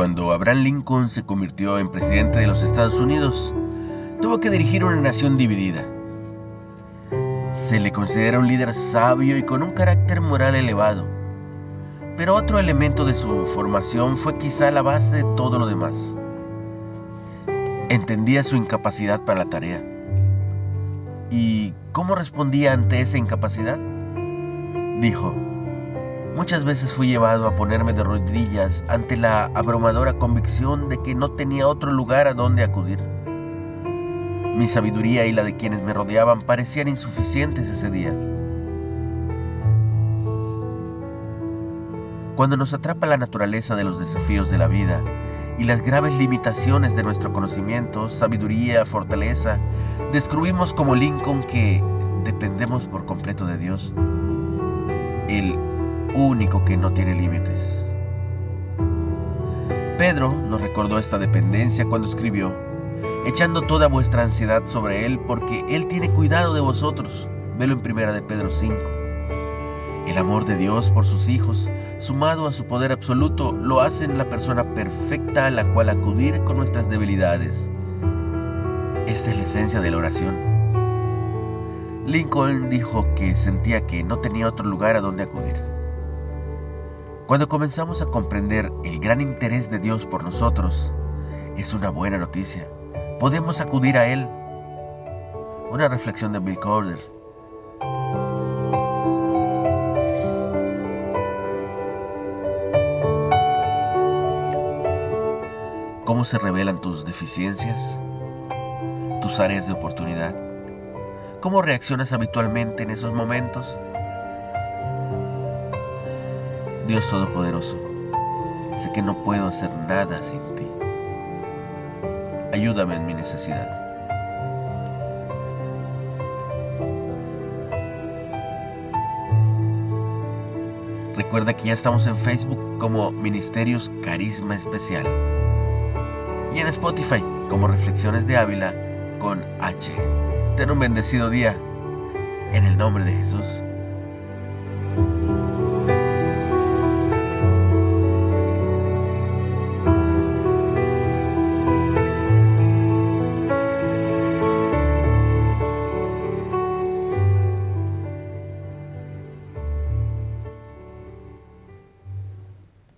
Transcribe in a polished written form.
Cuando Abraham Lincoln se convirtió en presidente de los Estados Unidos, tuvo que dirigir una nación dividida. Se le considera un líder sabio y con un carácter moral elevado, pero otro elemento de su formación fue quizá la base de todo lo demás. Entendía su incapacidad para la tarea. ¿Y cómo respondía ante esa incapacidad? Dijo: muchas veces fui llevado a ponerme de rodillas ante la abrumadora convicción de que no tenía otro lugar a donde acudir. Mi sabiduría y la de quienes me rodeaban parecían insuficientes ese día. Cuando nos atrapa la naturaleza de los desafíos de la vida y las graves limitaciones de nuestro conocimiento, sabiduría, fortaleza, descubrimos como Lincoln que dependemos por completo de Dios, el único que no tiene límites. Pedro nos recordó esta dependencia cuando escribió: echando toda vuestra ansiedad sobre Él, porque Él tiene cuidado de vosotros. Velo en 1 de Pedro 5. El amor de Dios por sus hijos, sumado a su poder absoluto, lo hacen la persona perfecta a la cual acudir con nuestras debilidades. Esta es la esencia de la oración. Lincoln dijo que sentía que no tenía otro lugar a donde acudir. Cuando comenzamos a comprender el gran interés de Dios por nosotros, es una buena noticia. Podemos acudir a Él. Una reflexión de Bill Corder. ¿Cómo se revelan tus deficiencias? ¿Tus áreas de oportunidad? ¿Cómo reaccionas habitualmente en esos momentos? Dios Todopoderoso, sé que no puedo hacer nada sin ti. Ayúdame en mi necesidad. Recuerda que ya estamos en Facebook como Ministerios Carisma Especial y en Spotify como Reflexiones de Ávila con H. Ten un bendecido día en el nombre de Jesús.